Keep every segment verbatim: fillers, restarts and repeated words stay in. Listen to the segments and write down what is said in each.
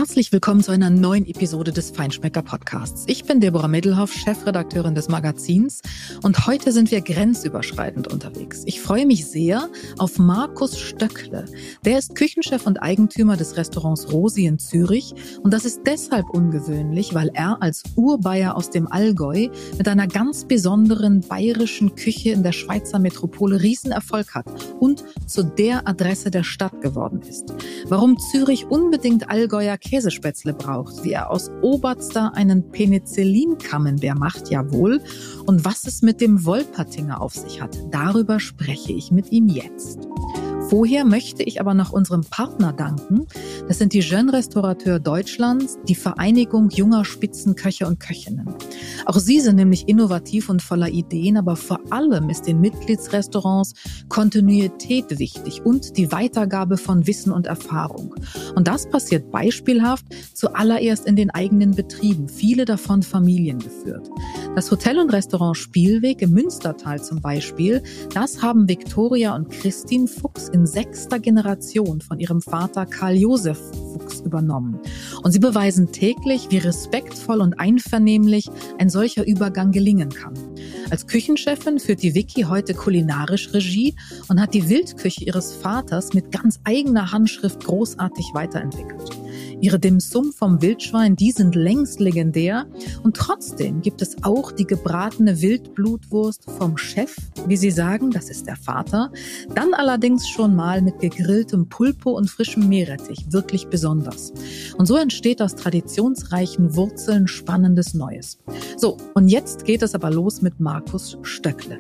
Herzlich willkommen zu einer neuen Episode des Feinschmecker Podcasts. Ich bin Deborah Middelhoff, Chefredakteurin des Magazins, und heute sind wir grenzüberschreitend unterwegs. Ich freue mich sehr auf Markus Stöckle. Der ist Küchenchef und Eigentümer des Restaurants Rosi in Zürich, und das ist deshalb ungewöhnlich, weil er als Urbayer aus dem Allgäu mit einer ganz besonderen bayerischen Küche in der Schweizer Metropole Riesenerfolg hat und zu der Adresse der Stadt geworden ist. Warum Zürich unbedingt Allgäuer Käsespätzle braucht, wie er aus Oberster einen Penicillin-Camembert macht, jawohl, und was es mit dem Wolpertinger auf sich hat, darüber spreche ich mit ihm jetzt. Vorher möchte ich aber noch unserem Partner danken. Das sind die Jeune Restaurateur Deutschlands, die Vereinigung junger Spitzenköche und Köchinnen. Auch sie sind nämlich innovativ und voller Ideen, aber vor allem ist den Mitgliedsrestaurants Kontinuität wichtig und die Weitergabe von Wissen und Erfahrung. Und das passiert beispielhaft zuallererst in den eigenen Betrieben, viele davon familiengeführt. Das Hotel und Restaurant Spielweg im Münstertal zum Beispiel, das haben Viktoria und Christine Fuchs in sechster Generation von ihrem Vater Karl Josef Fuchs übernommen. Und sie beweisen täglich, wie respektvoll und einvernehmlich ein solcher Übergang gelingen kann. Als Küchenchefin führt die Vicky heute kulinarisch Regie und hat die Wildküche ihres Vaters mit ganz eigener Handschrift großartig weiterentwickelt. Ihre Dim Sum vom Wildschwein, die sind längst legendär, und trotzdem gibt es auch die gebratene Wildblutwurst vom Chef, wie sie sagen, das ist der Vater, dann allerdings schon mal mit gegrilltem Pulpo und frischem Meerrettich, wirklich besonders. Und so entsteht aus traditionsreichen Wurzeln spannendes Neues. So, und jetzt geht es aber los mit Markus Stöckle.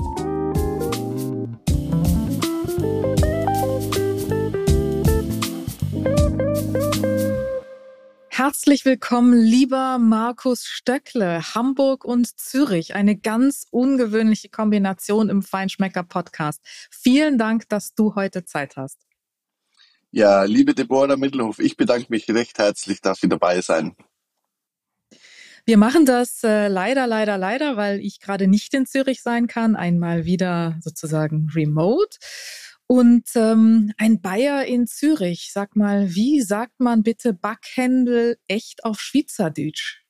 Herzlich willkommen, lieber Markus Stöckle. Hamburg und Zürich, eine ganz ungewöhnliche Kombination im Feinschmecker-Podcast. Vielen Dank, dass du heute Zeit hast. Ja, liebe Deborah Middelhoff, ich bedanke mich recht herzlich, dass Sie dabei sein. Wir machen das äh, leider, leider, leider, weil ich gerade nicht in Zürich sein kann, einmal wieder sozusagen remote. Und ähm, ein Bayer in Zürich, sag mal, wie sagt man bitte Backhändel echt auf Schweizerdeutsch?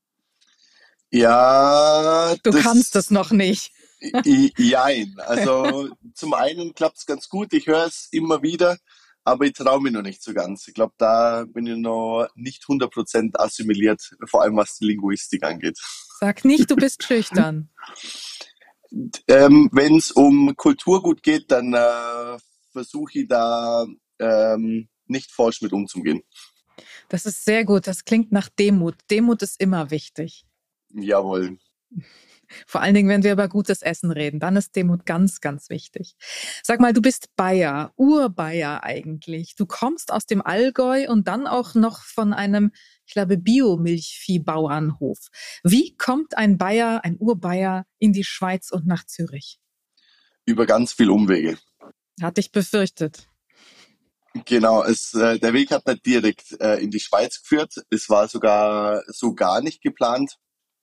Ja, Du das, kannst es noch nicht. I, jein, also zum einen klappt es ganz gut, ich höre es immer wieder, aber ich traue mich noch nicht so ganz. Ich glaube, da bin ich noch nicht hundert Prozent assimiliert, vor allem was die Linguistik angeht. Sag nicht, du bist schüchtern. Ähm, Wenn es um Kulturgut geht, dann äh, versuche ich da ähm, nicht forsch mit umzugehen. Das ist sehr gut, das klingt nach Demut. Demut ist immer wichtig. Jawohl. Vor allen Dingen, wenn wir über gutes Essen reden, dann ist Demut ganz, ganz wichtig. Sag mal, du bist Bayer, Urbayer eigentlich. Du kommst aus dem Allgäu und dann auch noch von einem, ich glaube, Biomilchviehbauernhof. Wie kommt ein Bayer, ein Urbayer in die Schweiz und nach Zürich? Über ganz viel Umwege. Hatte ich befürchtet. Genau, es, äh, der Weg hat nicht direkt äh, in die Schweiz geführt. Es war sogar so gar nicht geplant.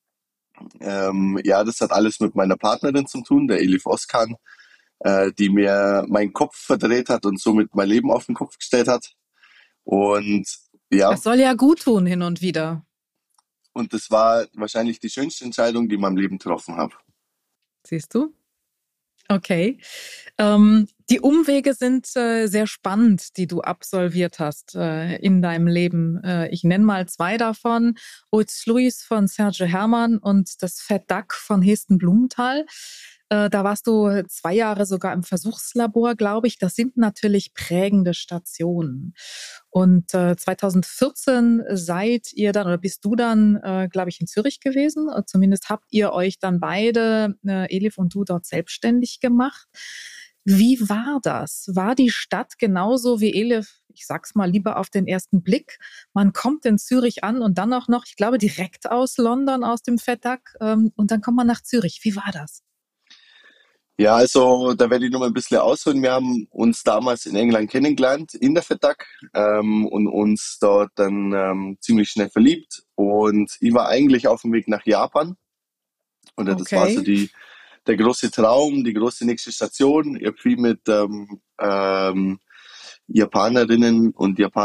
Ähm, ja, das hat alles mit meiner Partnerin zu tun, der Elif Oskan, äh, die mir meinen Kopf verdreht hat und somit mein Leben auf den Kopf gestellt hat. Und ja. Das soll ja gut tun hin und wieder. Und das war wahrscheinlich die schönste Entscheidung, die ich in meinem Leben getroffen habe. Siehst du? Okay. Ähm, die Umwege sind äh, sehr spannend, die du absolviert hast äh, in deinem Leben. Äh, ich nenne mal zwei davon. Oets Louis von Sergio Hermann und das Fett Duck von Hesten Blumenthal. Äh, da warst du zwei Jahre sogar im Versuchslabor, glaube ich. Das sind natürlich prägende Stationen. Und äh, zweitausendvierzehn seid ihr dann, oder bist du dann, äh, glaube ich, in Zürich gewesen. Oder zumindest habt ihr euch dann beide, äh, Elif und du, dort selbstständig gemacht. Wie war das? War die Stadt genauso wie Elif, ich sag's mal lieber auf den ersten Blick, man kommt in Zürich an und dann auch noch, ich glaube, direkt aus London, aus dem Fett Duck, ähm, und dann kommt man nach Zürich. Wie war das? Ja, also da werde ich noch mal ein bisschen ausholen. Wir haben uns damals in England kennengelernt, in der Fett Duck, ähm, und uns dort dann ähm, ziemlich schnell verliebt. Und ich war eigentlich auf dem Weg nach Japan. Und das Okay. war so die, der große Traum, die große nächste Station. Ich habe viel mit ähm, ähm, Japanerinnen und Japanern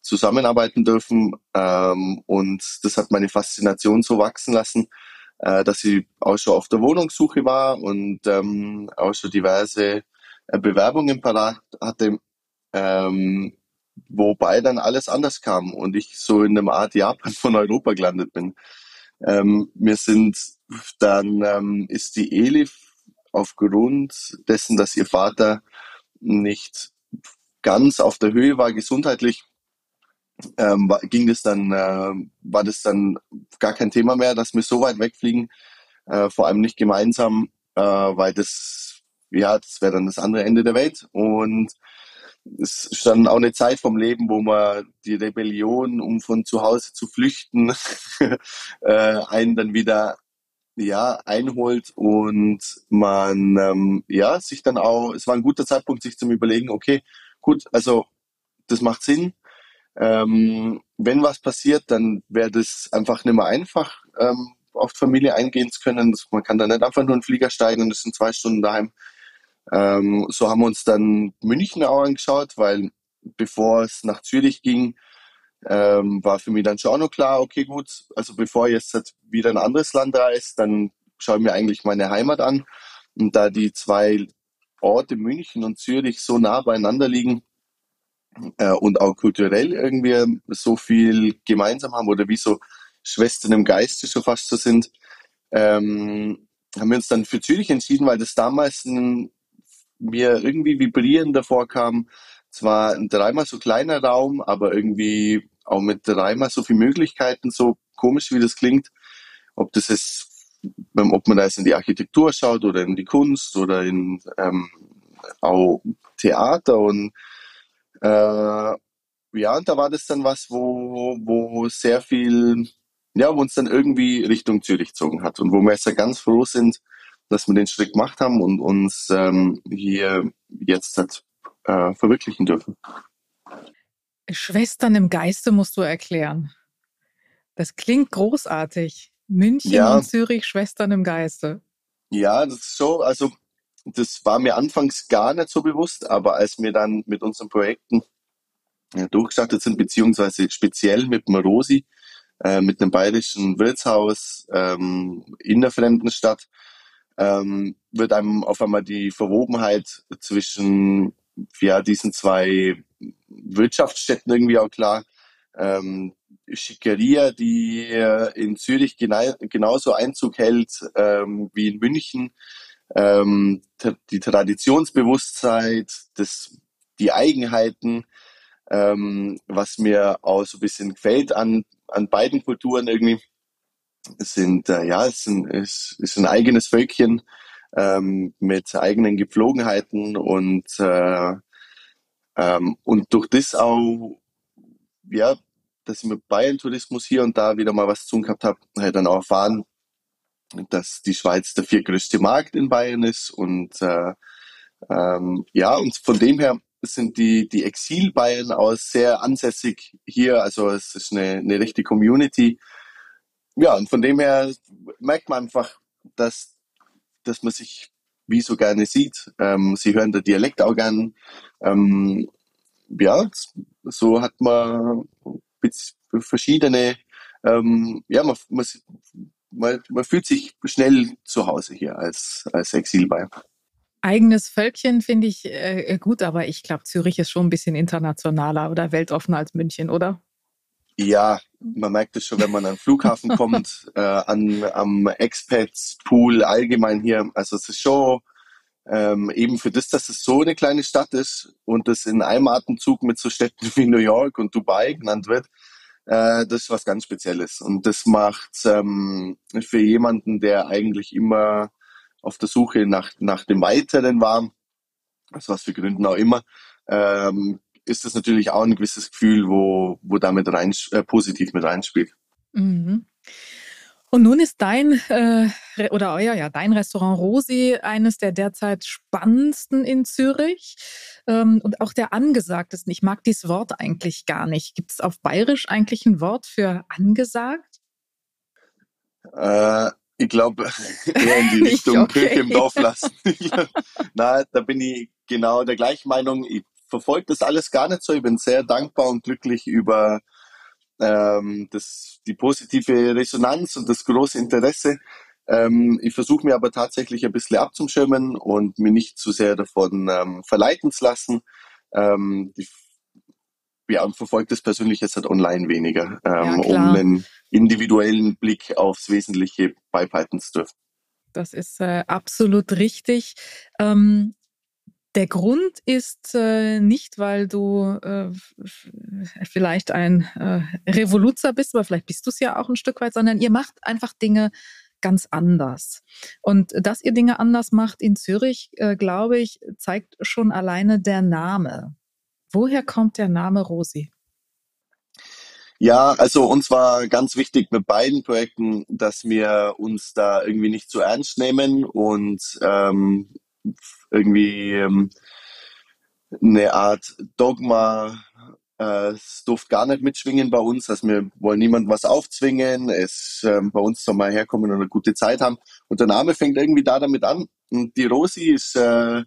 zusammenarbeiten dürfen. Ähm, und das hat meine Faszination so wachsen lassen, äh, dass ich auch schon auf der Wohnungssuche war und ähm, auch schon diverse äh, Bewerbungen parat hatte, ähm, wobei dann alles anders kam und ich so in einem Art Japan von Europa gelandet bin. Ähm, wir sind dann, ähm, ist die Elif aufgrund dessen, dass ihr Vater nicht ganz auf der Höhe war gesundheitlich, ähm, war, ging das dann, äh, war das dann gar kein Thema mehr, dass wir so weit wegfliegen, äh, vor allem nicht gemeinsam, äh, weil das, ja, das wäre dann das andere Ende der Welt. Und es ist dann auch eine Zeit vom Leben, wo man die Rebellion, um von zu Hause zu flüchten, äh, einen dann wieder ja einholt und man ähm, ja sich dann auch, es war ein guter Zeitpunkt, sich zum Überlegen, okay, gut, also das macht Sinn. Ähm, wenn was passiert, dann wäre das einfach nicht mehr einfach, ähm, auf die Familie eingehen zu können. Das, man kann da nicht einfach nur in den Flieger steigen und das sind zwei Stunden daheim. Ähm, so haben wir uns dann München auch angeschaut, weil bevor es nach Zürich ging, ähm, war für mich dann schon auch noch klar, okay, gut, also bevor ich jetzt halt wieder ein anderes Land reise, dann schaue ich mir eigentlich meine Heimat an. Und da die zwei Orte München und Zürich so nah beieinander liegen äh, und auch kulturell irgendwie so viel gemeinsam haben oder wie so Schwestern im Geiste schon fast so sind, ähm, haben wir uns dann für Zürich entschieden, weil das damals ein, mir irgendwie vibrierender vorkam. Zwar ein dreimal so kleiner Raum, aber irgendwie auch mit dreimal so viele Möglichkeiten, so komisch wie das klingt. Ob das ist, ähm, ob man da jetzt in die Architektur schaut oder in die Kunst oder in ähm, auch Theater und äh, ja, und da war das dann was, wo, wo sehr viel, ja, wo uns dann irgendwie Richtung Zürich gezogen hat und wo wir jetzt ja ganz froh sind, dass wir den Schritt gemacht haben und uns ähm, hier jetzt halt, äh, verwirklichen dürfen. Schwestern im Geiste musst du erklären. Das klingt großartig. München und Ja, Zürich, Schwestern im Geiste. ja, das ist so, also das war mir anfangs gar nicht so bewusst, aber als wir dann mit unseren Projekten ja, durchgestartet sind, beziehungsweise speziell mit dem Rosi, äh, mit einem bayerischen Wirtshaus ähm, in der fremden Stadt, ähm, wird einem auf einmal die Verwobenheit zwischen ja, diesen zwei Wirtschaftsstädten irgendwie auch klar. Ähm, Schickeria, die äh, in Zürich gena genauso Einzug hält ähm, wie in München. Ähm, die Traditionsbewusstheit, das, die Eigenheiten, ähm, was mir auch so ein bisschen gefällt an, an beiden Kulturen irgendwie. Es sind, äh, ja, es sind, es ist ein eigenes Völkchen ähm, mit eigenen Gepflogenheiten und, äh, ähm, und durch das auch, ja, dass ich mit Bayern-Tourismus hier und da wieder mal was zu tun gehabt habe, habe ich dann auch erfahren, dass die Schweiz der viertgrößte Markt in Bayern ist und äh, ähm, ja, und von dem her sind die, die Exil-Bayern auch sehr ansässig hier, also es ist eine, eine rechte Community. Ja, und von dem her merkt man einfach, dass, dass man sich wie so gerne sieht. Ähm, sie hören den Dialekt auch gern. Ähm, ja, so hat man verschiedene, ähm, ja, man, man, man, man fühlt sich schnell zu Hause hier als, als Exilbayer. Eigenes Völkchen finde ich äh, gut, aber ich glaube, Zürich ist schon ein bisschen internationaler oder weltoffener als München, oder? Ja, man merkt es schon, wenn man an den Flughafen kommt, äh, an, am Expats-Pool allgemein hier. Also es ist schon ähm, eben für das, dass es so eine kleine Stadt ist und das in einem Atemzug mit so Städten wie New York und Dubai genannt wird, äh, das ist was ganz Spezielles. Und das macht ähm, für jemanden, der eigentlich immer auf der Suche nach, nach dem Weiteren war, aus was für Gründen auch immer, ähm, ist das natürlich auch ein gewisses Gefühl, wo, wo damit rein, äh, positiv mit reinspielt. Mhm. Und nun ist dein äh, oder euer, ja, dein Restaurant Rosi eines der derzeit spannendsten in Zürich ähm, und auch der angesagtesten. Ich mag dieses Wort eigentlich gar nicht. Gibt es auf Bayerisch eigentlich ein Wort für angesagt? Äh, ich glaube, eher in die Nicht, Richtung Kirche im okay. Dorf lassen. Na, da bin ich genau der gleichen Meinung. Ich verfolge das alles gar nicht so. Ich bin sehr dankbar und glücklich über ähm, das, die positive Resonanz und das große Interesse. Ähm, ich versuche mir aber tatsächlich ein bisschen abzuschirmen und mich nicht zu sehr davon ähm, verleiten zu lassen. Ähm, ich ja, und verfolge das persönlich jetzt halt online weniger, Ja, ähm, um klar. einen individuellen Blick aufs Wesentliche beibehalten zu dürfen. Das ist äh, absolut richtig. Ähm, Der Grund ist äh, nicht, weil du äh, f- vielleicht ein äh, Revoluzer bist, aber vielleicht bist du es ja auch ein Stück weit, sondern ihr macht einfach Dinge ganz anders. Und dass ihr Dinge anders macht in Zürich, äh, glaube ich, zeigt schon alleine der Name. Woher kommt der Name Rosi? Ja, also uns war ganz wichtig mit beiden Projekten, dass wir uns da irgendwie nicht zu ernst nehmen und ähm, irgendwie ähm, eine Art Dogma, äh, es durfte gar nicht mitschwingen bei uns. Also wir wollen niemandem was aufzwingen. Es ähm, bei uns soll mal herkommen und eine gute Zeit haben. Und der Name fängt irgendwie da damit an. Und die Rosi ist äh,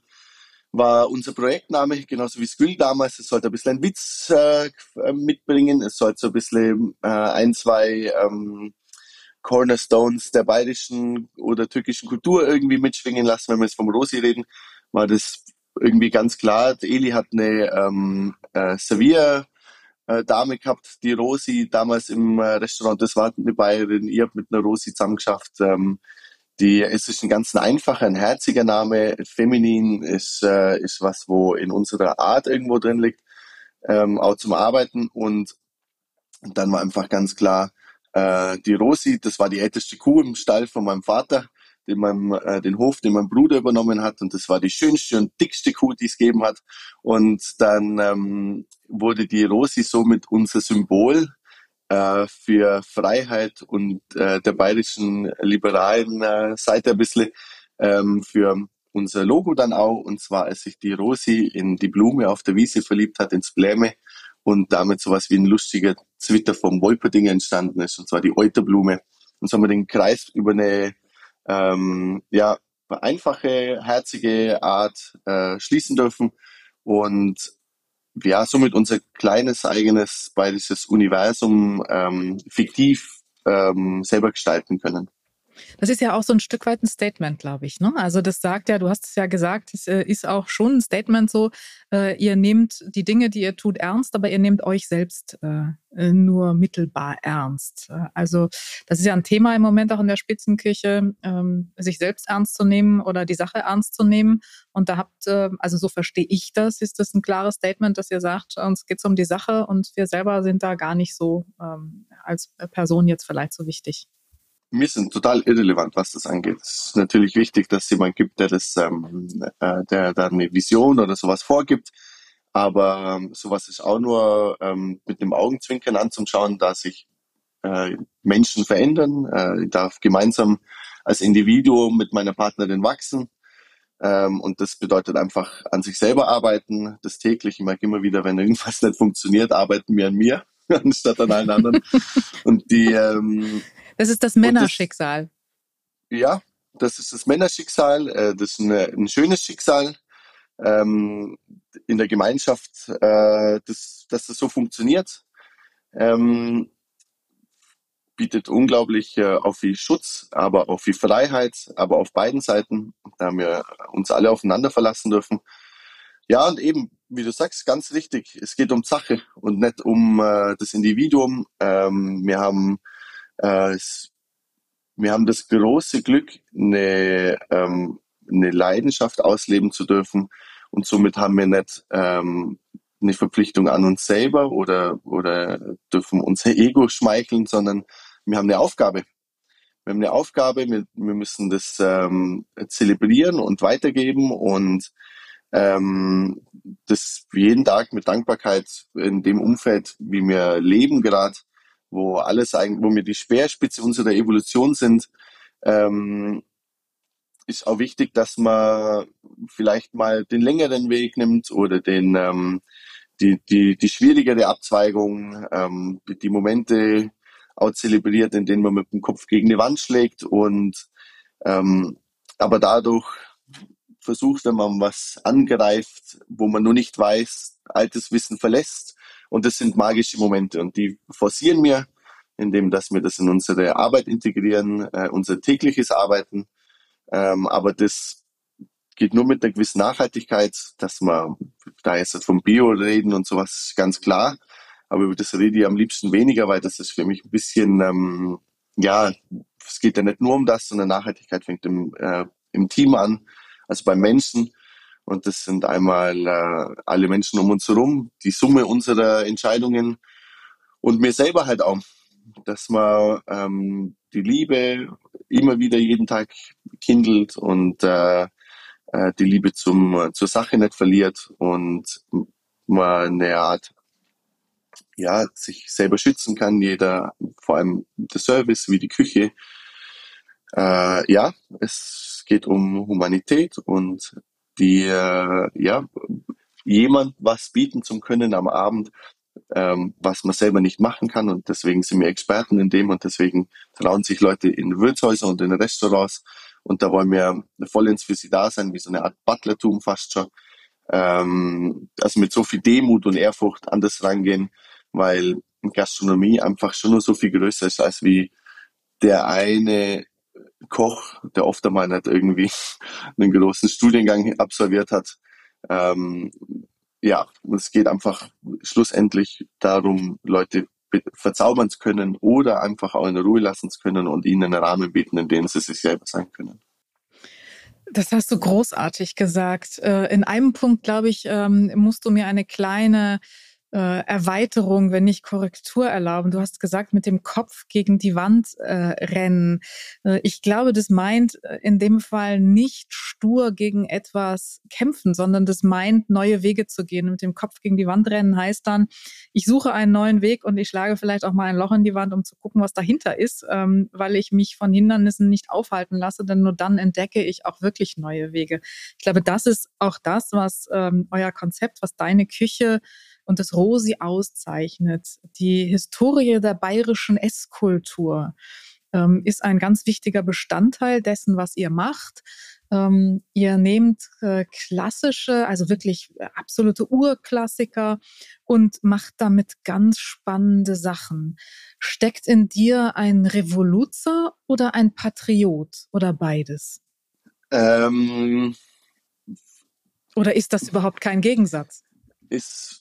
war unser Projektname, genauso wie Squill damals. Es sollte ein bisschen einen Witz äh, mitbringen. Es sollte so ein bisschen äh, ein, zwei ähm, Cornerstones der bayerischen oder türkischen Kultur irgendwie mitschwingen lassen. Wenn wir jetzt vom Rosi reden, war das irgendwie ganz klar. Eli hat eine ähm, äh, Servier äh, Dame gehabt, die Rosi, damals im äh, Restaurant. Das war eine Bayerin. Ihr habt mit einer Rosi zusammen geschafft. Ähm, die, es ist ein ganz einfacher, ein herziger Name. Feminin ist, äh, ist was, wo in unserer Art irgendwo drin liegt, ähm, auch zum Arbeiten. Und dann war einfach ganz klar, äh, die Rosi, das war die älteste Kuh im Stall von meinem Vater, den, meinem, äh, den Hof, den mein Bruder übernommen hat. Und das war die schönste und dickste Kuh, die es gegeben hat. Und dann ähm, wurde die Rosi somit unser Symbol äh, für Freiheit und äh, der bayerischen liberalen äh, Seite ein bisschen, ähm, für unser Logo dann auch. Und zwar, als sich die Rosi in die Blume auf der Wiese verliebt hat, ins Bläme, und damit sowas wie ein lustiger Zwitter vom Wolperdinger entstanden ist, und zwar die Euterblume. Und so haben wir den Kreis über eine ähm, ja, einfache, herzige Art äh, schließen dürfen und ja, somit unser kleines eigenes bayerisches Universum ähm, fiktiv ähm, selber gestalten können. Das ist ja auch so ein Stück weit ein Statement, glaube ich, ne? Also, das sagt ja, du hast es ja gesagt, es äh, ist auch schon ein Statement so, äh, ihr nehmt die Dinge, die ihr tut, ernst, aber ihr nehmt euch selbst äh, äh, nur mittelbar ernst. Äh, Also, das ist ja ein Thema im Moment auch in der Spitzenkirche, ähm, sich selbst ernst zu nehmen oder die Sache ernst zu nehmen. Und da habt, äh, also so verstehe ich das, ist das ein klares Statement, dass ihr sagt, uns geht's um die Sache und wir selber sind da gar nicht so ähm, als Person jetzt vielleicht so wichtig. Wir sind total irrelevant, was das angeht. Es ist natürlich wichtig, dass es jemand gibt, der das, ähm, äh, der da eine Vision oder sowas vorgibt. Aber ähm, sowas ist auch nur ähm, mit einem Augenzwinkern anzuschauen, da sich äh, Menschen verändern. Äh, ich darf gemeinsam als Individuum mit meiner Partnerin wachsen. Ähm, und das bedeutet einfach an sich selber arbeiten, das täglich. Ich merke immer wieder, wenn irgendwas nicht funktioniert, arbeiten wir an mir anstatt an allen anderen. Und die ähm, Das ist das und das Männerschicksal. Ja, das ist das Männerschicksal, äh, das ist eine, ein schönes Schicksal ähm, in der Gemeinschaft, äh, das, dass das so funktioniert. Ähm, bietet unglaublich äh, auf viel Schutz, aber auch viel Freiheit, aber auf beiden Seiten, da wir uns alle aufeinander verlassen dürfen. Ja, und eben, wie du sagst, ganz richtig, es geht um Sache und nicht um äh, das Individuum. Ähm, wir haben äh, es Wir haben das große Glück, eine, ähm, eine Leidenschaft ausleben zu dürfen, und somit haben wir nicht ähm, eine Verpflichtung an uns selber oder, oder dürfen unser Ego schmeicheln, sondern wir haben eine Aufgabe. Wir haben eine Aufgabe, wir, wir müssen das ähm, zelebrieren und weitergeben und ähm, das jeden Tag mit Dankbarkeit in dem Umfeld, wie wir leben gerade, wo alles eigentlich, wo wir die Speerspitze unserer Evolution sind, ähm, ist auch wichtig, dass man vielleicht mal den längeren Weg nimmt oder den ähm, die die die schwierigere Abzweigung, ähm, die Momente auch zelebriert, in denen man mit dem Kopf gegen die Wand schlägt und ähm, aber dadurch versucht, wenn man was angreift, wo man nur nicht weiß, altes Wissen verlässt. Und das sind magische Momente und die forcieren wir, indem dass wir das in unsere Arbeit integrieren, äh, unser tägliches Arbeiten. Ähm, aber das geht nur mit einer gewissen Nachhaltigkeit, dass wir da jetzt vom Bio reden und sowas, ganz klar. Aber über das rede ich am liebsten weniger, weil das ist für mich ein bisschen, ähm, ja, es geht ja nicht nur um das, sondern Nachhaltigkeit fängt im, äh, im Team an, also beim Menschen. Und das sind einmal äh, alle Menschen um uns herum, die Summe unserer Entscheidungen und mir selber halt auch, dass man ähm, die Liebe immer wieder jeden Tag kindelt und äh, äh, die Liebe zum, zur Sache nicht verliert und man eine Art, ja, sich selber schützen kann, jeder, vor allem der Service wie die Küche. Äh, ja, es geht um Humanität und die, äh, ja, jemand was bieten zu können am Abend, ähm, was man selber nicht machen kann und deswegen sind wir Experten in dem und deswegen trauen sich Leute in Wirtshäuser und in Restaurants und da wollen wir vollends für sie da sein, wie so eine Art Butlertum fast schon. Ähm, also mit so viel Demut und Ehrfurcht an das rangehen, weil Gastronomie einfach schon nur so viel größer ist als wie der eine Koch, der oft einmal nicht irgendwie einen großen Studiengang absolviert hat. Ähm, ja, es geht einfach schlussendlich darum, Leute verzaubern zu können oder einfach auch in Ruhe lassen zu können und ihnen einen Rahmen bieten, in dem sie sich selber sein können. Das hast du großartig gesagt. In einem Punkt, glaube ich, musst du mir eine kleine äh, Erweiterung, wenn nicht Korrektur erlauben. Du hast gesagt, mit dem Kopf gegen die Wand äh, rennen. Äh, ich glaube, das meint in dem Fall nicht stur gegen etwas kämpfen, sondern das meint, neue Wege zu gehen. Mit dem Kopf gegen die Wand rennen heißt dann, ich suche einen neuen Weg und ich schlage vielleicht auch mal ein Loch in die Wand, um zu gucken, was dahinter ist, ähm, weil ich mich von Hindernissen nicht aufhalten lasse, denn nur dann entdecke ich auch wirklich neue Wege. Ich glaube, das ist auch das, was ähm, euer Konzept, was deine Küche und das Rosi auszeichnet. Die Historie der bayerischen Esskultur ähm, ist ein ganz wichtiger Bestandteil dessen, was ihr macht. Ähm, ihr nehmt äh, klassische, also wirklich absolute Urklassiker und macht damit ganz spannende Sachen. Steckt in dir ein Revoluzer oder ein Patriot oder beides? Ähm, Oder ist das überhaupt kein Gegensatz? ist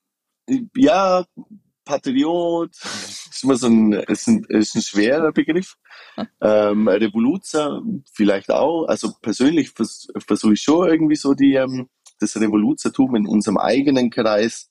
Ja, Patriot ist immer so ein, ist ein, ist ein schwerer Begriff. Ähm, Revoluzer vielleicht auch. Also persönlich vers versuche ich schon irgendwie so die, ähm, das Revoluzertum in unserem eigenen Kreis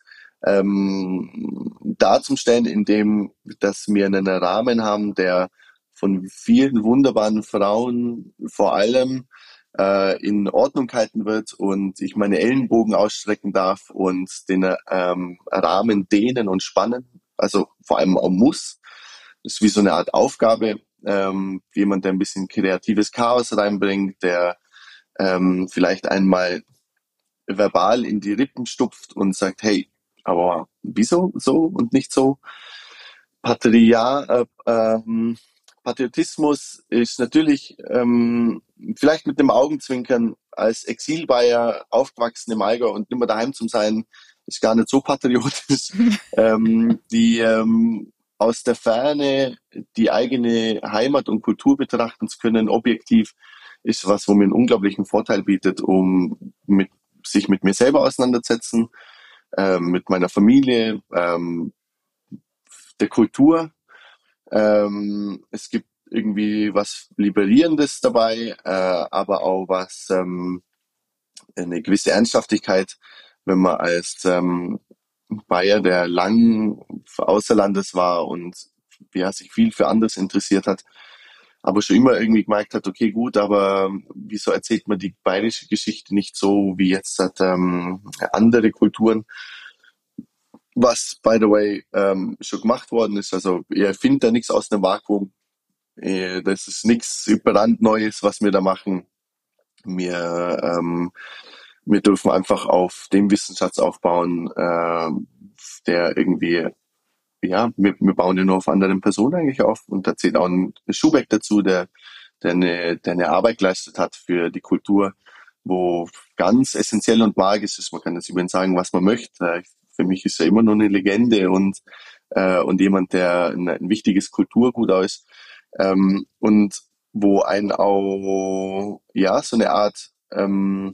ähm, darzustellen, indem dass wir einen Rahmen haben, der von vielen wunderbaren Frauen vor allem äh, in Ordnung gehalten wird und ich meine Ellenbogen ausstrecken darf und den ähm, Rahmen dehnen und spannen, also vor allem auch muss. Das ist wie so eine Art Aufgabe, ähm, jemand, der ein bisschen kreatives Chaos reinbringt, der ähm, vielleicht einmal verbal in die Rippen stupft und sagt, hey, aber wieso so und nicht so? Patria, äh, ähm, Patriotismus ist natürlich ähm, vielleicht mit dem Augenzwinkern als Exilbayer aufgewachsen im Allgäu und nicht mehr daheim zu sein, ist gar nicht so patriotisch. ähm, die ähm, aus der Ferne die eigene Heimat und Kultur betrachten zu können, objektiv, ist was, wo mir einen unglaublichen Vorteil bietet, um mit, sich mit mir selber auseinanderzusetzen, ähm, mit meiner Familie, ähm, der Kultur. Ähm, es gibt irgendwie was Liberierendes dabei, äh, aber auch was, ähm, eine gewisse Ernsthaftigkeit, wenn man als ähm, Bayer, der lang außerlandes war und ja, sich viel für anderes interessiert hat, aber schon immer irgendwie gemerkt hat, okay, gut, aber wieso erzählt man die bayerische Geschichte nicht so wie jetzt hat, ähm, andere Kulturen? Was, by the way, ähm, schon gemacht worden ist. Also ihr erfindet da nichts aus einem Vakuum. Äh, das ist nichts überrannt Neues, was wir da machen. Wir, ähm, wir dürfen einfach auf dem Wissensschatz aufbauen, äh, der irgendwie, ja, wir, wir bauen ja nur auf anderen Personen eigentlich auf. Und da zählt auch ein Schubeck dazu, der, der, eine, der eine Arbeit geleistet hat für die Kultur wo ganz essentiell und magisch ist. Man kann jetzt übrigens sagen, was man möchte. Äh, Für mich ist er immer noch eine Legende und, äh, und jemand, der ein, ein wichtiges Kulturgut auch ist. Ähm, und wo ein auch, ja, so eine Art ähm,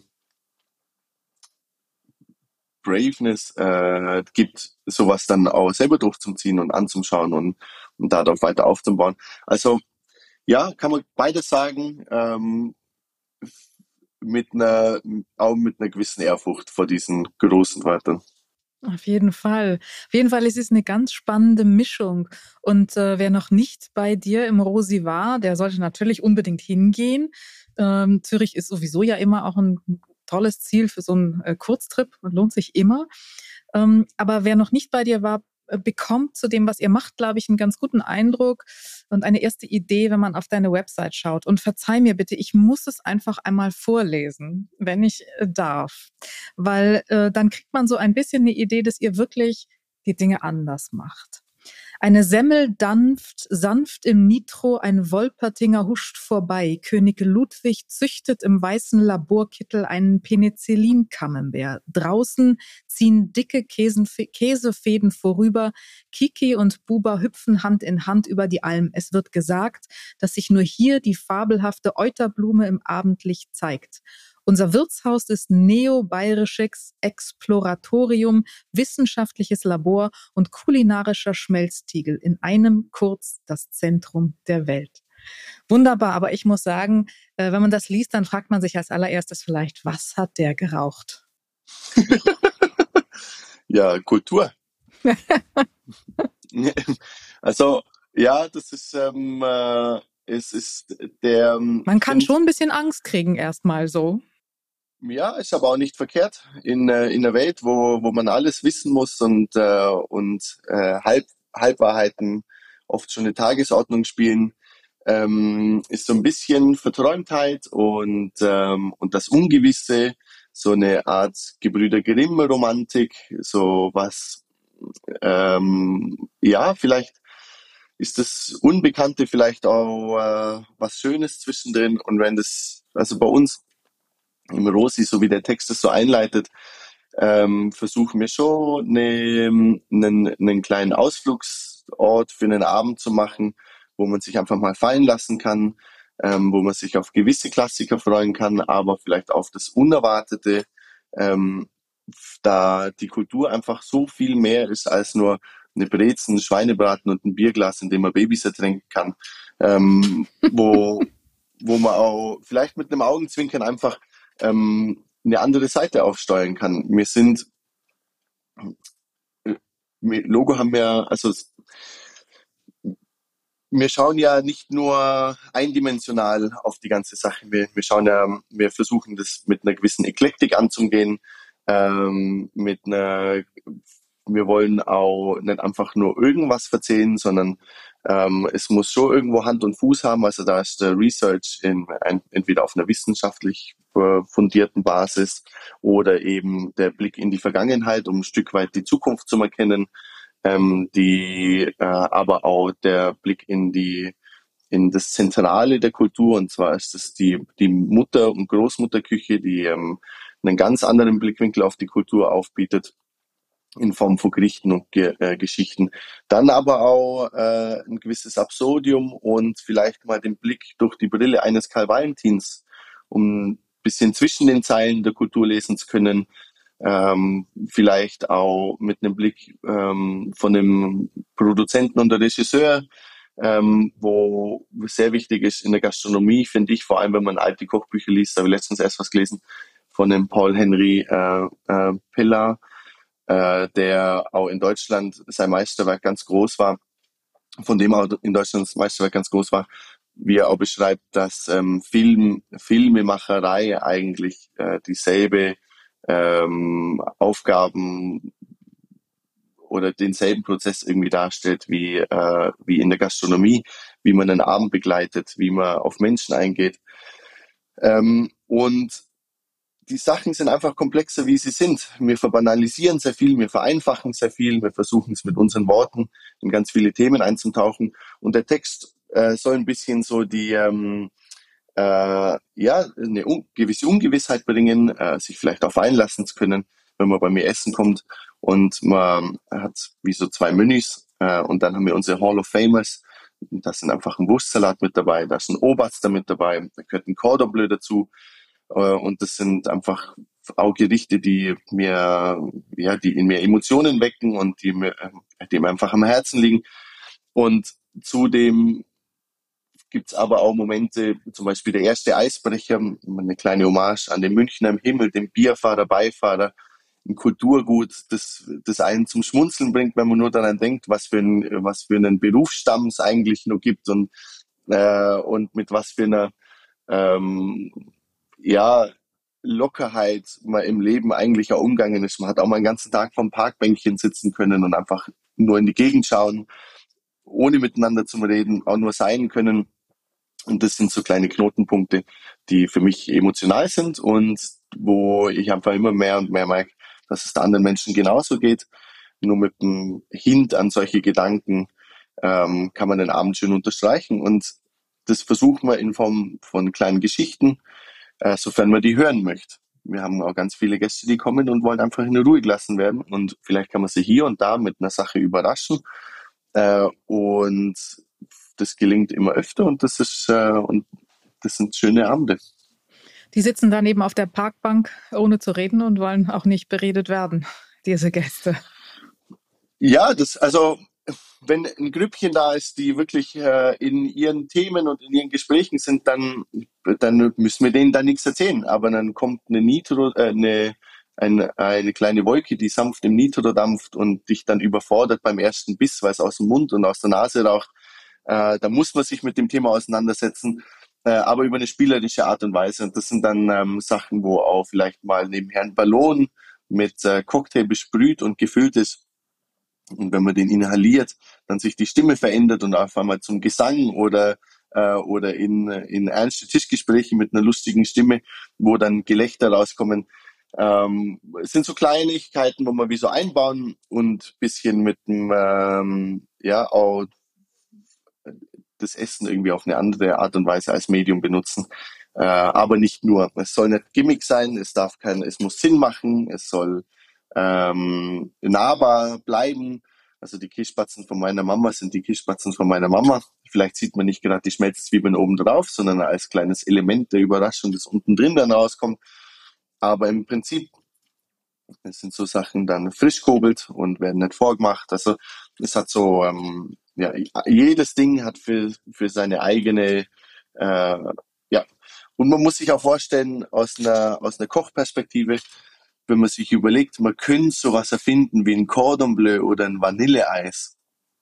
Braveness äh, gibt, sowas dann auch selber durchzuziehen und anzuschauen und, und darauf weiter aufzubauen. Also ja, kann man beides sagen, ähm, mit einer, auch mit einer gewissen Ehrfurcht vor diesen großen Wörtern. Auf jeden Fall. Auf jeden Fall ist es eine ganz spannende Mischung. Und äh, wer noch nicht bei dir im Rosi war, der sollte natürlich unbedingt hingehen. Ähm, Zürich ist sowieso ja immer auch ein tolles Ziel für so einen äh, Kurztrip. Lohnt sich immer. Ähm, aber wer noch nicht bei dir war, äh, bekommt zu dem, was ihr macht, glaube ich, einen ganz guten Eindruck und eine erste Idee, wenn man auf deine Website schaut. Und verzeih mir bitte, ich muss es einfach einmal vorlesen, wenn ich äh, darf. Weil äh, dann kriegt man so ein bisschen eine Idee, dass ihr wirklich die Dinge anders macht. Eine Semmel dampft sanft im Nitro, ein Wolpertinger huscht vorbei. König Ludwig züchtet im weißen Laborkittel einen Penicillin-Camembert. Draußen ziehen dicke Käsenfe- Käsefäden vorüber. Kiki und Buba hüpfen Hand in Hand über die Alm. Es wird gesagt, dass sich nur hier die fabelhafte Euterblume im Abendlicht zeigt. Unser Wirtshaus ist neo-bayerisches Exploratorium, wissenschaftliches Labor und kulinarischer Schmelztiegel. In einem kurz das Zentrum der Welt. Wunderbar, aber ich muss sagen, äh, wenn man das liest, dann fragt man sich als allererstes vielleicht, was hat der geraucht? Ja, Kultur. Also, ja, das ist, ähm, äh, es ist der, ähm, Man ich kann finde, schon ein bisschen Angst kriegen erstmal so. ja, ist aber auch nicht verkehrt in, äh, in einer Welt, wo, wo man alles wissen muss und, äh, und äh, Halb, Halbwahrheiten oft schon eine Tagesordnung spielen, ähm, ist so ein bisschen Verträumtheit und, ähm, und das Ungewisse, so eine Art Gebrüder Grimm-Romantik, so was, ähm, ja, vielleicht ist das Unbekannte vielleicht auch äh, was Schönes zwischendrin und wenn das, also bei uns im Rosi, so wie der Text es so einleitet, ähm, versuchen wir schon eine, einen, einen kleinen Ausflugsort für einen Abend zu machen, wo man sich einfach mal fallen lassen kann, ähm, wo man sich auf gewisse Klassiker freuen kann, aber vielleicht auf das Unerwartete, ähm, da die Kultur einfach so viel mehr ist als nur eine Brezen, ein Schweinebraten und ein Bierglas, in dem man Babys ertränken kann, ähm, wo, wo man auch vielleicht mit einem Augenzwinkern einfach ähm, eine andere Seite aufsteuern kann. Wir sind, äh, Logo haben wir, also wir schauen ja nicht nur eindimensional auf die ganze Sache. Wir, wir schauen ja, wir versuchen das mit einer gewissen Eklektik anzugehen, ähm, mit einer, wir wollen auch nicht einfach nur irgendwas erzählen, sondern ähm, es muss schon irgendwo Hand und Fuß haben. Also da ist der Research in, ein, entweder auf einer wissenschaftlich äh, fundierten Basis oder eben der Blick in die Vergangenheit, um ein Stück weit die Zukunft zu erkennen, ähm, die äh, aber auch der Blick in die in das Zentrale der Kultur, und zwar ist es die die Mutter- und Großmutterküche, die ähm, einen ganz anderen Blickwinkel auf die Kultur aufbietet in Form von Gerichten und Ge äh, Geschichten. Dann aber auch äh, ein gewisses Absurdium und vielleicht mal den Blick durch die Brille eines Karl Valentins, um ein bisschen zwischen den Zeilen der Kultur lesen zu können, ähm, vielleicht auch mit einem Blick ähm, von dem Produzenten und der Regisseur, ähm, wo sehr wichtig ist in der Gastronomie, finde ich, vor allem wenn man alte Kochbücher liest. Da habe ich letztens erst was gelesen von dem Paul Henry äh, äh, Pillar, äh, der auch in Deutschland sein Meisterwerk ganz groß war, von dem auch in Deutschland das Meisterwerk ganz groß war, wie er auch beschreibt, dass ähm, Film, Filmemacherei eigentlich äh, dieselbe ähm, Aufgaben oder denselben Prozess irgendwie darstellt wie, äh, wie in der Gastronomie, wie man einen Abend begleitet, wie man auf Menschen eingeht. Ähm, und die Sachen sind einfach komplexer, wie sie sind. Wir verbanalisieren sehr viel, wir vereinfachen sehr viel, wir versuchen es mit unseren Worten in ganz viele Themen einzutauchen. Und der Text äh, soll ein bisschen so die, ähm, äh, ja, eine un gewisse Ungewissheit bringen, äh, sich vielleicht darauf einlassen zu können, wenn man bei mir essen kommt. Und man hat wie so zwei Menüs äh, und dann haben wir unsere Hall of Famers. Da sind einfach ein Wurstsalat mit dabei, da ist ein Oberster mit dabei, da gehört ein Cordon Bleu dazu. Äh, und das sind einfach auch Gerichte, die mir, ja, die in mir Emotionen wecken und die mir, äh, die mir einfach am Herzen liegen. Und zudem gibt's aber auch Momente, zum Beispiel der erste Eisbrecher, eine kleine Hommage an den Münchner im Himmel, den Bierfahrer, Beifahrer, ein Kulturgut, das, das einen zum Schmunzeln bringt, wenn man nur daran denkt, was für ein, was für einen Berufsstamm es eigentlich noch gibt und, äh, und mit was für einer, ähm, ja, Lockerheit man im Leben eigentlich auch umgegangen ist. Man hat auch mal einen ganzen Tag vom Parkbänkchen sitzen können und einfach nur in die Gegend schauen, ohne miteinander zu reden, auch nur sein können. Und das sind so kleine Knotenpunkte, die für mich emotional sind und wo ich einfach immer mehr und mehr merke, dass es der anderen Menschen genauso geht. Nur mit dem Hint an solche Gedanken ähm, kann man den Abend schön unterstreichen. Und das versuchen wir in Form von kleinen Geschichten, äh, sofern man die hören möchte. Wir haben auch ganz viele Gäste, die kommen und wollen einfach in Ruhe gelassen werden. Und vielleicht kann man sie hier und da mit einer Sache überraschen. Äh, und das gelingt immer öfter und das ist äh, und das sind schöne Abende. Die sitzen dann eben auf der Parkbank, ohne zu reden und wollen auch nicht beredet werden, diese Gäste. Ja, das also wenn ein Grüppchen da ist, die wirklich äh, in ihren Themen und in ihren Gesprächen sind, dann dann müssen wir denen da nichts erzählen. Aber dann kommt eine Nitro, äh, eine eine, eine kleine Wolke, die sanft im Nitro dampft und dich dann überfordert beim ersten Biss, weil es aus dem Mund und aus der Nase raucht. Äh, da muss man sich mit dem Thema auseinandersetzen, äh, aber über eine spielerische Art und Weise. Und das sind dann ähm, Sachen, wo auch vielleicht mal nebenher ein Ballon mit äh, Cocktail besprüht und gefüllt ist. Und wenn man den inhaliert, dann sich die Stimme verändert und auf einmal zum Gesang oder äh, oder in, in ernste Tischgespräche mit einer lustigen Stimme, wo dann Gelächter rauskommen. Ähm, es sind so Kleinigkeiten, wo man wie so einbauen und bisschen mit dem, ähm, ja, auch das Essen irgendwie auf eine andere Art und Weise als Medium benutzen. Äh, aber nicht nur. Es soll nicht Gimmick sein, es darf kein, es muss Sinn machen, es soll ähm, nahbar bleiben. Also die Kischspatzen von meiner Mama sind die Kischspatzen von meiner Mama. Vielleicht sieht man nicht gerade die Schmelzzwiebeln oben drauf, sondern als kleines Element der Überraschung, das unten drin dann rauskommt. Aber im Prinzip, es sind so Sachen dann frisch gehobelt und werden nicht vorgemacht. Also es hat so, ähm, ja, jedes Ding hat für, für seine eigene, äh, ja. Und man muss sich auch vorstellen, aus einer, aus einer Kochperspektive, wenn man sich überlegt, man könnte sowas erfinden wie ein Cordon Bleu oder ein Vanilleeis.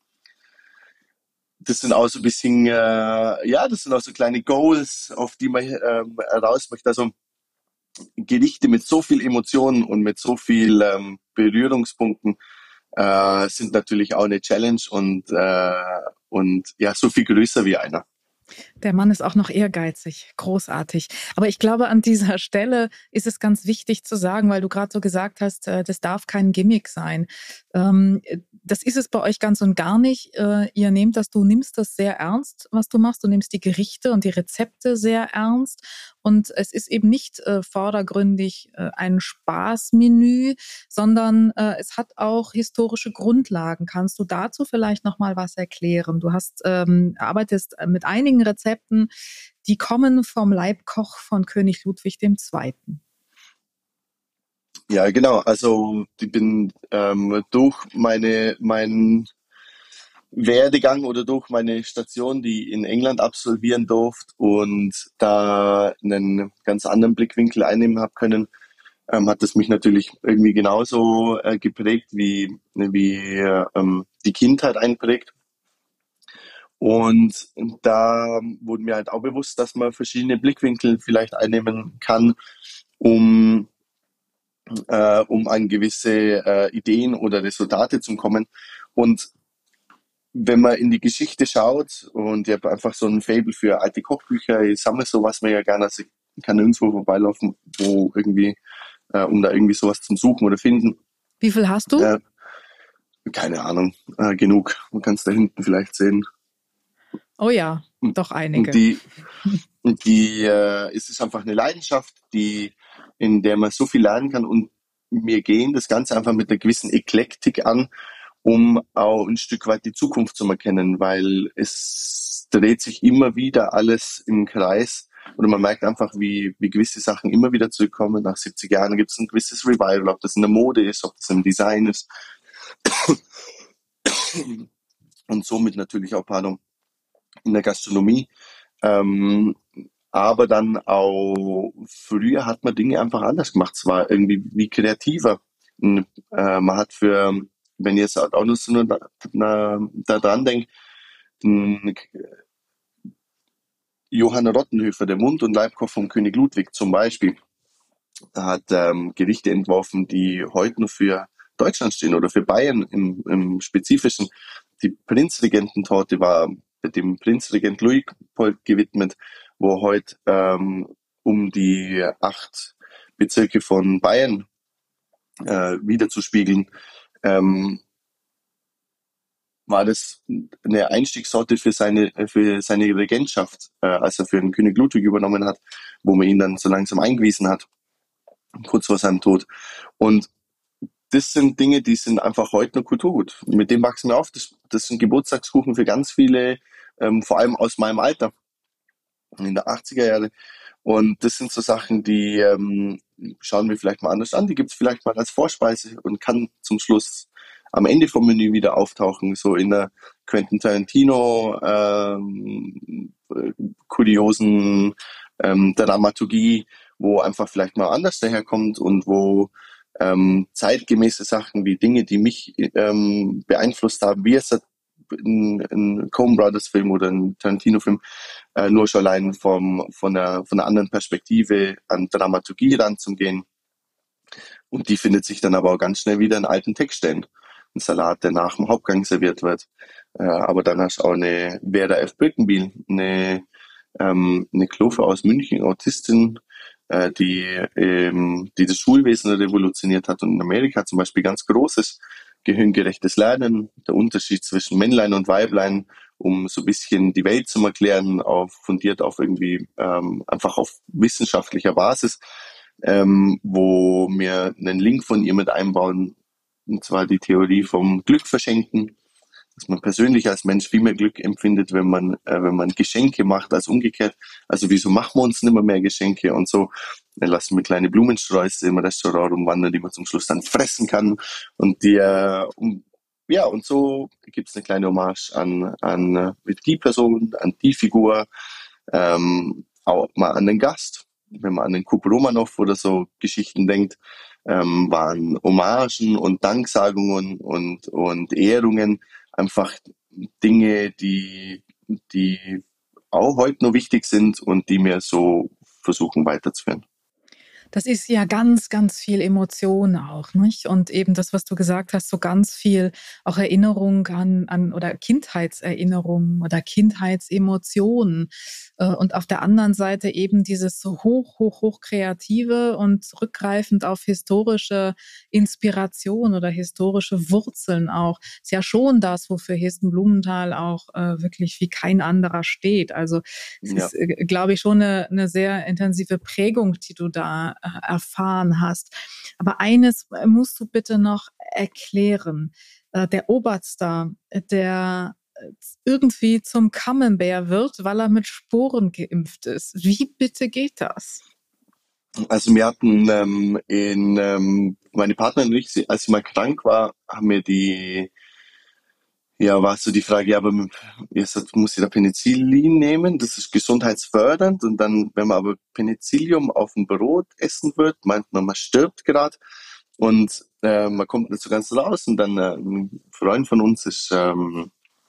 Das sind auch so ein bisschen, äh, ja, das sind auch so kleine Goals, auf die man ähm, raus möchte. Also Gerichte mit so viel Emotionen und mit so viel ähm, Berührungspunkten äh, sind natürlich auch eine Challenge und, äh, und ja, so viel größer wie einer. Der Mann ist auch noch ehrgeizig, großartig. Aber ich glaube, an dieser Stelle ist es ganz wichtig zu sagen, weil du gerade so gesagt hast, äh, das darf kein Gimmick sein. Ähm, das ist es bei euch ganz und gar nicht. Äh, ihr nehmt das, du nimmst das sehr ernst, was du machst. Du nimmst die Gerichte und die Rezepte sehr ernst. Und es ist eben nicht äh, vordergründig äh, ein Spaßmenü, sondern äh, es hat auch historische Grundlagen. Kannst du dazu vielleicht noch mal was erklären? Du hast ähm, arbeitest mit einigen Rezepten, die kommen vom Leibkoch von König Ludwig der Zweite. Ja, genau. Also ich bin ähm, durch meine meinen Werdegang oder durch meine Station, die ich in England absolvieren durfte und da einen ganz anderen Blickwinkel einnehmen habe können, ähm, hat es mich natürlich irgendwie genauso äh, geprägt, wie, wie ähm, die Kindheit einprägt. Und da wurde mir halt auch bewusst, dass man verschiedene Blickwinkel vielleicht einnehmen kann, um, äh, um an gewisse äh, Ideen oder Resultate zu kommen. Und wenn man in die Geschichte schaut, und ich habe einfach so ein Faible für alte Kochbücher, ich sammle sowas mega gerne, also ich kann nirgendwo vorbeilaufen, wo irgendwie, äh, um da irgendwie sowas zum Suchen oder finden. Wie viel hast du? Äh, keine Ahnung, äh, genug. Man kann es da hinten vielleicht sehen. Oh ja, Und, doch und einige. die, und die, äh, es ist einfach eine Leidenschaft, die, in der man so viel lernen kann. Und wir gehen das Ganze einfach mit einer gewissen Eklektik an, um auch ein Stück weit die Zukunft zu erkennen, weil es dreht sich immer wieder alles im Kreis. Oder man merkt einfach, wie, wie gewisse Sachen immer wieder zurückkommen. Nach siebzig Jahren gibt es ein gewisses Revival, ob das in der Mode ist, ob das im Design ist. Und somit natürlich auch, pardon, in der Gastronomie. Ähm, aber dann auch, früher hat man Dinge einfach anders gemacht. Es war irgendwie wie kreativer. Und, äh, man hat für, wenn ihr jetzt auch nur so da, da, da dran denkt, den Johann Rottenhöfer, der Mund- und Leibkoch von König Ludwig zum Beispiel, hat ähm, Gerichte entworfen, die heute nur für Deutschland stehen oder für Bayern im, im Spezifischen. Die Prinzregententorte war dem Prinzregent Luitpold gewidmet, wo heute ähm, um die acht Bezirke von Bayern äh, wiederzuspiegeln, ähm, war das eine Einstiegssorte für seine, für seine Regentschaft, äh, als er für den König Ludwig übernommen hat, wo man ihn dann so langsam eingewiesen hat, kurz vor seinem Tod. Und das sind Dinge, die sind einfach heute noch Kulturgut. Mit dem wachsen wir auf. Das, das sind Geburtstagskuchen für ganz viele, ähm, vor allem aus meinem Alter, in der achtziger Jahre. Und das sind so Sachen, die ähm, schauen wir vielleicht mal anders an. Die gibt es vielleicht mal als Vorspeise und kann zum Schluss am Ende vom Menü wieder auftauchen, so in der Quentin Tarantino ähm, kuriosen ähm, Dramaturgie, wo einfach vielleicht mal anders daherkommt und wo ähm, zeitgemäße Sachen wie Dinge, die mich ähm, beeinflusst haben, wie es ein, ein Coen Brothers Film oder ein Tarantino Film, äh, nur schon allein vom, von, einer, von einer anderen Perspektive an Dramaturgie ranzugehen. Und die findet sich dann aber auch ganz schnell wieder in alten Textstellen. Ein Salat, der nach dem Hauptgang serviert wird. Äh, aber dann hast du auch eine Vera F. Birkenbiel, eine, ähm, eine Klofe aus München, Autistin, äh, die, ähm, die das Schulwesen revolutioniert hat und in Amerika zum Beispiel ganz großes gehirngerechtes Lernen, der Unterschied zwischen Männlein und Weiblein, um so ein bisschen die Welt zu erklären, auf, fundiert auf irgendwie ähm, einfach auf wissenschaftlicher Basis, ähm, wo wir einen Link von ihr mit einbauen, und zwar die Theorie vom Glück verschenken, dass man persönlich als Mensch viel mehr Glück empfindet, wenn man, äh, wenn man Geschenke macht, als umgekehrt. Also wieso machen wir uns nicht mehr, mehr Geschenke und so? Dann lassen wir kleine Blumensträuße im Restaurant rumwandern, die man zum Schluss dann fressen kann. Und die, äh, um, ja, und so gibt's eine kleine Hommage an, an äh, die Person, an die Figur, ähm, auch mal an den Gast. Wenn man an den Kup Romanov oder so Geschichten denkt, ähm, waren Hommagen und Danksagungen und, und Ehrungen einfach Dinge, die, die auch heute noch wichtig sind und die wir so versuchen weiterzuführen. Das ist ja ganz, ganz viel Emotion auch, nicht? Und eben das, was du gesagt hast, so ganz viel auch Erinnerung an, an oder Kindheitserinnerungen oder Kindheitsemotionen. Äh, Und auf der anderen Seite eben dieses so hoch, hoch, hoch kreative und zurückgreifend auf historische Inspiration oder historische Wurzeln auch. Ist ja schon das, wofür Hessen Blumenthal auch äh, wirklich wie kein anderer steht. Also es Ja. ist, äh, glaube ich, schon eine, eine sehr intensive Prägung, die du da äh, erfahren hast. Aber eines musst du bitte noch erklären. Äh, der Oberster, der irgendwie zum Camembert wird, weil er mit Sporen geimpft ist. Wie bitte geht das? Also wir hatten ähm, in ähm, meine Partnerin und ich, als sie mal krank war, haben wir die, ja, war so die Frage, ja, aber jetzt muss ich da Penicillin nehmen, das ist gesundheitsfördernd und dann, wenn man aber Penicillium auf dem Brot essen wird, meint man, man stirbt gerade und äh, man kommt nicht so ganz raus und dann äh, ein Freund von uns ist ähm,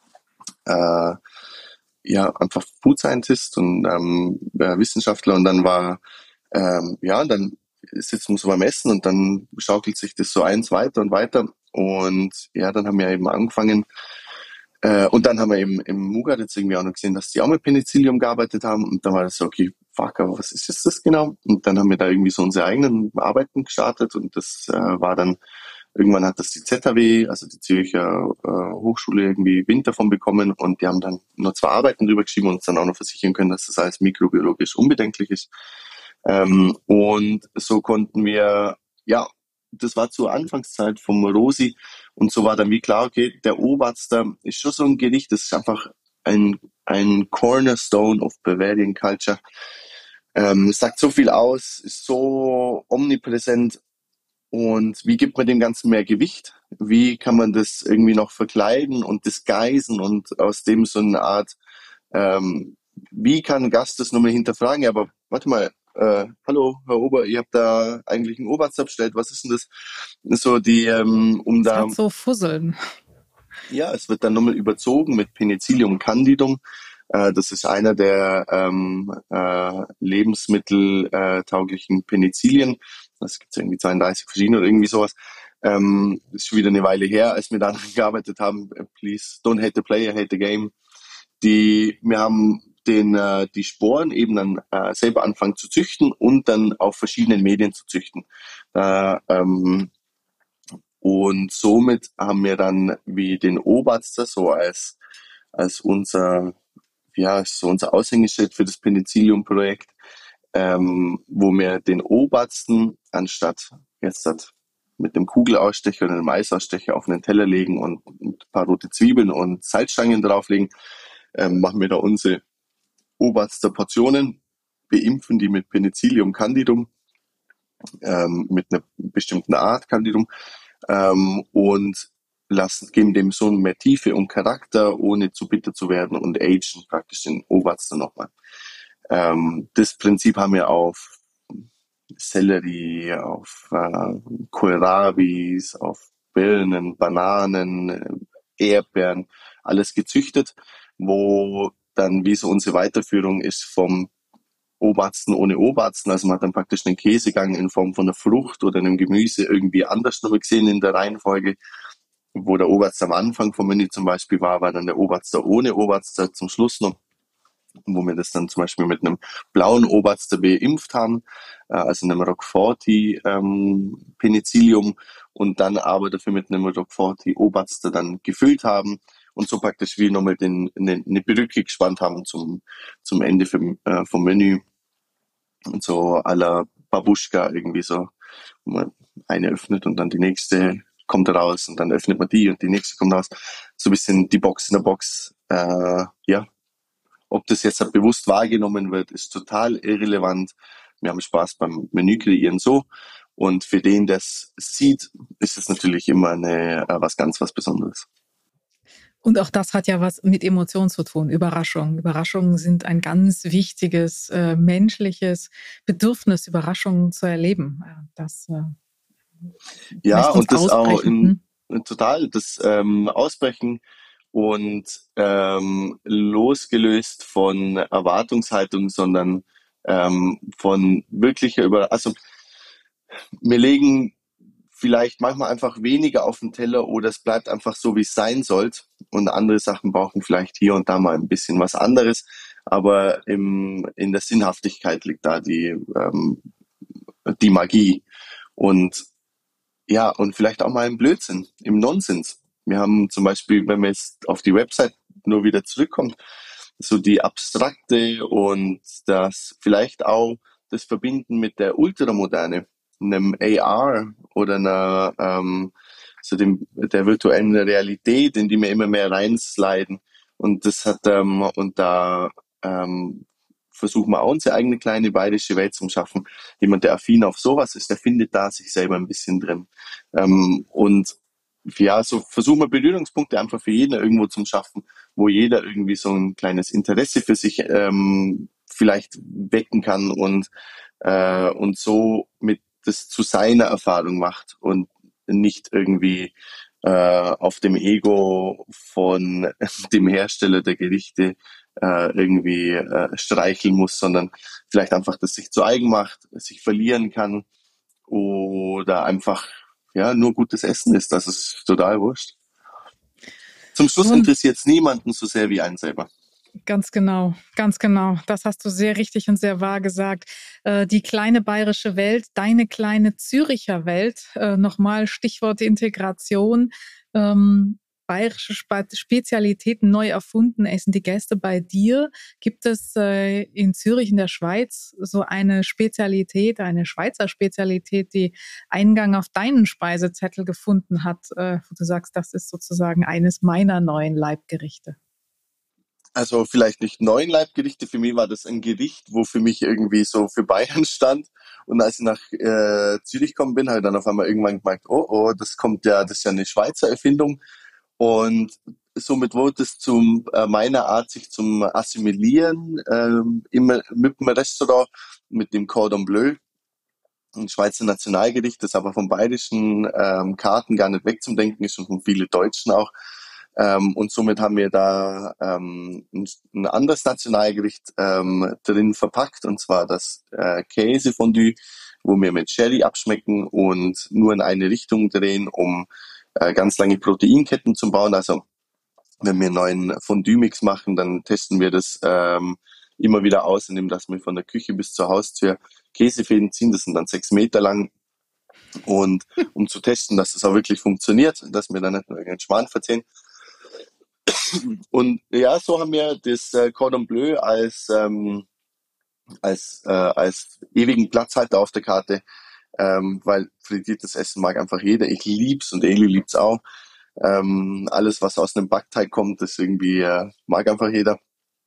äh, ja einfach Food Scientist und ähm, äh, Wissenschaftler und dann war ähm, ja, dann sitzt man so beim Essen und dann schaukelt sich das so eins weiter und weiter und ja, dann haben wir eben angefangen äh, und dann haben wir eben im Mugat jetzt irgendwie auch noch gesehen, dass die auch mit Penicillium gearbeitet haben und dann war das so, okay, fuck, aber was ist jetzt das genau? Und dann haben wir da irgendwie so unsere eigenen Arbeiten gestartet und das äh, war dann Irgendwann hat das die Z H W, also die Zürcher äh, Hochschule, irgendwie Wind davon bekommen und die haben dann nur zwei Arbeiten drüber geschrieben und uns dann auch noch versichern können, dass das alles mikrobiologisch unbedenklich ist. Ähm, und so konnten wir, ja, das war zur Anfangszeit vom Rosi und so war dann wie klar, okay, der Oberster ist schon so ein Gericht, das ist einfach ein, ein Cornerstone of Bavarian Culture. Ähm, sagt so viel aus, ist so omnipräsent und wie gibt man dem Ganzen mehr Gewicht? Wie kann man das irgendwie noch verkleiden und disguisen und aus dem so eine Art, ähm, wie kann ein Gast das nochmal hinterfragen? Ja, aber warte mal, äh, hallo, Herr Ober, ihr habt da eigentlich einen Oberarzt bestellt, was ist denn das? So die, ähm, um Es da, hat so Fusseln. ja, es wird dann nochmal überzogen mit Penicillium candidum. Äh, das ist einer der ähm, äh, lebensmitteltauglichen Penicillien. Das gibt es irgendwie zweiunddreißig verschiedene oder irgendwie sowas. Ähm, ist schon wieder eine Weile her, als wir daran gearbeitet haben. Please don't hate the player, hate the game. Die, wir haben den, äh, die Sporen eben dann äh, selber anfangen zu züchten und dann auf verschiedenen Medien zu züchten. Äh, ähm, und somit haben wir dann wie den Oberster so als, als unser, ja, so unser Aushängeschild für das Penicillium-Projekt, ähm, wo wir den Obersten anstatt jetzt hat mit dem Kugelausstecher oder einem Eisausstecher auf einen Teller legen und ein paar rote Zwiebeln und Salzstangen drauflegen, ähm, machen wir da unsere Oberster Portionen, beimpfen die mit Penicillium candidum, ähm, mit einer bestimmten Art Candidum, ähm, und lassen, geben dem so mehr Tiefe und Charakter, ohne zu bitter zu werden und agen praktisch den Oberster nochmal. Ähm, das Prinzip haben wir auf Sellerie, auf äh, Kohlrabis, auf Birnen, Bananen, äh, Erdbeeren, alles gezüchtet, wo dann wie so unsere Weiterführung ist vom Obersten ohne Obersten. Also man hat dann praktisch einen Käsegang in Form von einer Frucht oder einem Gemüse irgendwie anders nochmal gesehen in der Reihenfolge. Wo der Oberster am Anfang vom Menü zum Beispiel war, war dann der Oberster ohne Oberster zum Schluss noch, wo wir das dann zum Beispiel mit einem blauen Oberster beimpft haben, äh, also einem Roquefort ähm, Penicillium und dann aber dafür mit einem Roquefort Oberster dann gefüllt haben und so praktisch wie nochmal den, eine, eine Brücke gespannt haben zum, zum Ende vom, äh, vom Menü und so à la Babuschka irgendwie so, wo man eine öffnet und dann die nächste kommt raus und dann öffnet man die und die nächste kommt raus. So ein bisschen die Box in der Box. Äh, ja, ob das jetzt bewusst wahrgenommen wird, ist total irrelevant. Wir haben Spaß beim Menü kreieren so. Und für den, der es sieht, ist es natürlich immer eine, äh, was ganz was Besonderes. Und auch das hat ja was mit Emotionen zu tun. Überraschungen. Überraschungen sind ein ganz wichtiges äh, menschliches Bedürfnis, Überraschungen zu erleben. Das äh, Ja, lässt uns und das auch ausbrechen. in, total, das ähm, Ausbrechen und ähm, losgelöst von Erwartungshaltung, sondern ähm, von wirklicher Über, also wir legen vielleicht manchmal einfach weniger auf den Teller oder es bleibt einfach so, wie es sein sollte. Und andere Sachen brauchen vielleicht hier und da mal ein bisschen was anderes. Aber im, in der Sinnhaftigkeit liegt da die, ähm, die Magie. Und ja, und vielleicht auch mal im Blödsinn, im Nonsens. Wir haben zum Beispiel, wenn man jetzt auf die Website nur wieder zurückkommt, so die abstrakte und das vielleicht auch das Verbinden mit der Ultramoderne, einem A R oder einer, ähm, so dem, der virtuellen Realität, in die wir immer mehr reinsliden. Und das hat, ähm, und da ähm, versuchen wir auch unsere eigene kleine bayerische Welt zu schaffen. Jemand, der affin auf sowas ist, der findet da sich selber ein bisschen drin. Ähm, und ja, so versuchen wir Berührungspunkte einfach für jeden irgendwo zu schaffen, wo jeder irgendwie so ein kleines Interesse für sich ähm, vielleicht wecken kann und, äh, und so mit das zu seiner Erfahrung macht und nicht irgendwie äh, auf dem Ego von dem Hersteller der Gerichte äh, irgendwie äh, streicheln muss, sondern vielleicht einfach das sich zu eigen macht, sich verlieren kann oder einfach ja nur gutes Essen ist. Das ist total wurscht. Zum Schluss So ein interessiert es niemanden so sehr wie einen selber. Ganz genau, ganz genau. Das hast du sehr richtig und sehr wahr gesagt. Äh, die kleine bayerische Welt, deine kleine Züricher Welt, äh, nochmal Stichwort Integration. Ähm, bayerische Spe- Spezialitäten neu erfunden, essen die Gäste bei dir. Gibt es äh, in Zürich in der Schweiz so eine Spezialität, eine Schweizer Spezialität, die Eingang auf deinen Speisezettel gefunden hat, äh, wo du sagst, das ist sozusagen eines meiner neuen Leibgerichte? Also vielleicht nicht neun Leibgerichte, für mich war das ein Gericht, wo für mich irgendwie so für Bayern stand. Und als ich nach äh, Zürich gekommen bin, habe ich dann auf einmal irgendwann gemerkt, oh, oh, das kommt ja, das ist ja eine Schweizer Erfindung. Und somit wurde es zum äh, meiner Art, sich zum Assimilieren ähm, immer mit dem Restaurant, mit dem Cordon Bleu, ein Schweizer Nationalgericht, das aber von bayerischen ähm, Karten gar nicht wegzudenken ist und von vielen Deutschen auch. Ähm, und somit haben wir da ähm, ein, ein anderes Nationalgericht ähm, drin verpackt, und zwar das äh, Käsefondue, wo wir mit Sherry abschmecken und nur in eine Richtung drehen, um äh, ganz lange Proteinketten zu bauen. Also wenn wir einen neuen Fondue-Mix machen, dann testen wir das ähm, immer wieder aus, indem dass wir von der Küche bis zur Haustür Käsefäden ziehen. Das sind dann sechs Meter lang. Und um zu testen, dass das auch wirklich funktioniert, dass wir dann nicht nur irgendeinen Schmarrn verziehen. Und ja, so haben wir das äh, Cordon Bleu als, ähm, als, äh, als ewigen Platzhalter auf der Karte, ähm, weil frittiertes Essen mag einfach jeder. Ich lieb's und Eli liebt's auch. Ähm, alles, was aus einem Backteig kommt, das irgendwie äh, mag einfach jeder.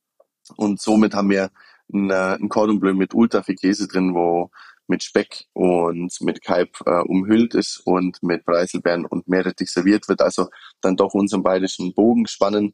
Und somit haben wir ein, äh, ein Cordon Bleu mit ultra viel Käse drin, wo mit Speck und mit Kalb äh, umhüllt ist und mit Preiselbeeren und Meerrettich serviert wird. Also dann doch unseren bayerischen Bogen spannen.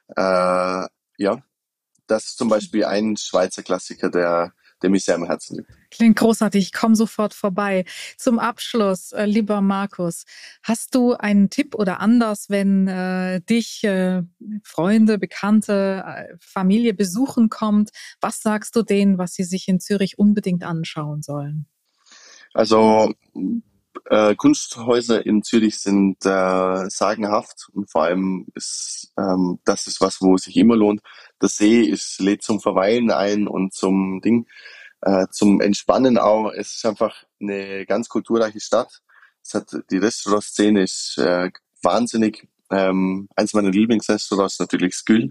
Äh, ja, das ist zum Beispiel ein Schweizer Klassiker, der, der mir sehr am Herzen liegt. Klingt großartig, ich komme sofort vorbei. Zum Abschluss, äh, lieber Markus, hast du einen Tipp oder anders, wenn äh, dich äh, Freunde, Bekannte, äh, Familie besuchen kommt? Was sagst du denen, was sie sich in Zürich unbedingt anschauen sollen? Also äh, Kunsthäuser in Zürich sind äh, sagenhaft, und vor allem ist ähm, das ist was, wo es sich immer lohnt. Der See ist lädt zum Verweilen ein und zum Ding, äh, zum Entspannen auch. Es ist einfach eine ganz kulturreiche Stadt. Es hat die Restaurantszene ist äh, wahnsinnig. Ähm, eins meiner Lieblingsrestaurants ist natürlich Skül.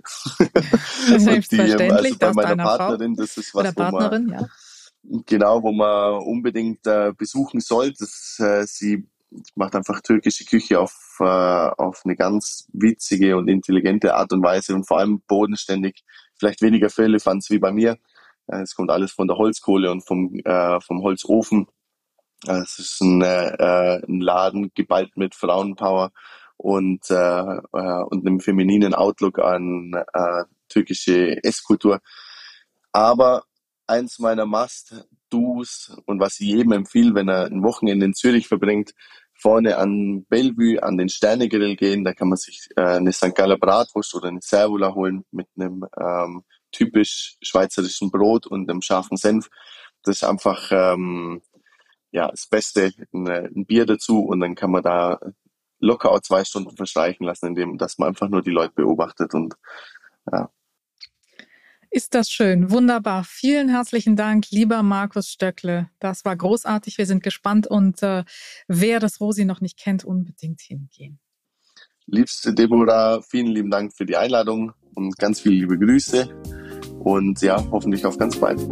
Und die, ähm, also Selbstverständlich, bei das meiner deiner Frau Partnerin, das ist oder was, wo man Partnerin, ja. genau, wo man unbedingt äh, besuchen sollte. Das, äh, sie macht einfach türkische Küche auf, äh, auf eine ganz witzige und intelligente Art und Weise und vor allem bodenständig. Vielleicht weniger Firlefanz wie bei mir. Äh, es kommt alles von der Holzkohle und vom, äh, vom Holzofen. Äh, es ist ein, äh, ein Laden geballt mit Frauenpower und, äh, äh, und einem femininen Outlook an äh, türkische Esskultur. Aber eins meiner Must-Dos und was ich jedem empfiehlt, wenn er ein Wochenende in Zürich verbringt, vorne an Bellevue, an den Sternegrill gehen, da kann man sich äh, eine Sankt Galler Bratwurst oder eine Servola holen mit einem ähm, typisch schweizerischen Brot und einem scharfen Senf. Das ist einfach ähm, ja das Beste, ein, ein Bier dazu, und dann kann man da locker auch zwei Stunden verstreichen lassen, indem dass man einfach nur die Leute beobachtet. Und ja. Ist das schön, wunderbar. Vielen herzlichen Dank, lieber Markus Stöckle. Das war großartig. Wir sind gespannt, und äh, wer das Rosi noch nicht kennt, unbedingt hingehen. Liebste Deborah, vielen lieben Dank für die Einladung und ganz viele liebe Grüße, und ja, hoffentlich auf ganz bald.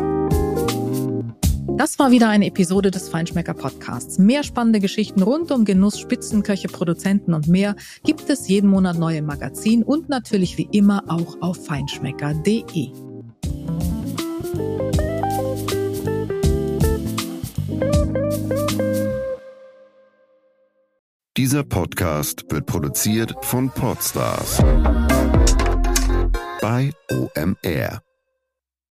Das war wieder eine Episode des Feinschmecker Podcasts. Mehr spannende Geschichten rund um Genuss, Spitzenköche, Produzenten und mehr gibt es jeden Monat neu im Magazin und natürlich wie immer auch auf feinschmecker punkt de. Dieser Podcast wird produziert von Podstars bei O M R.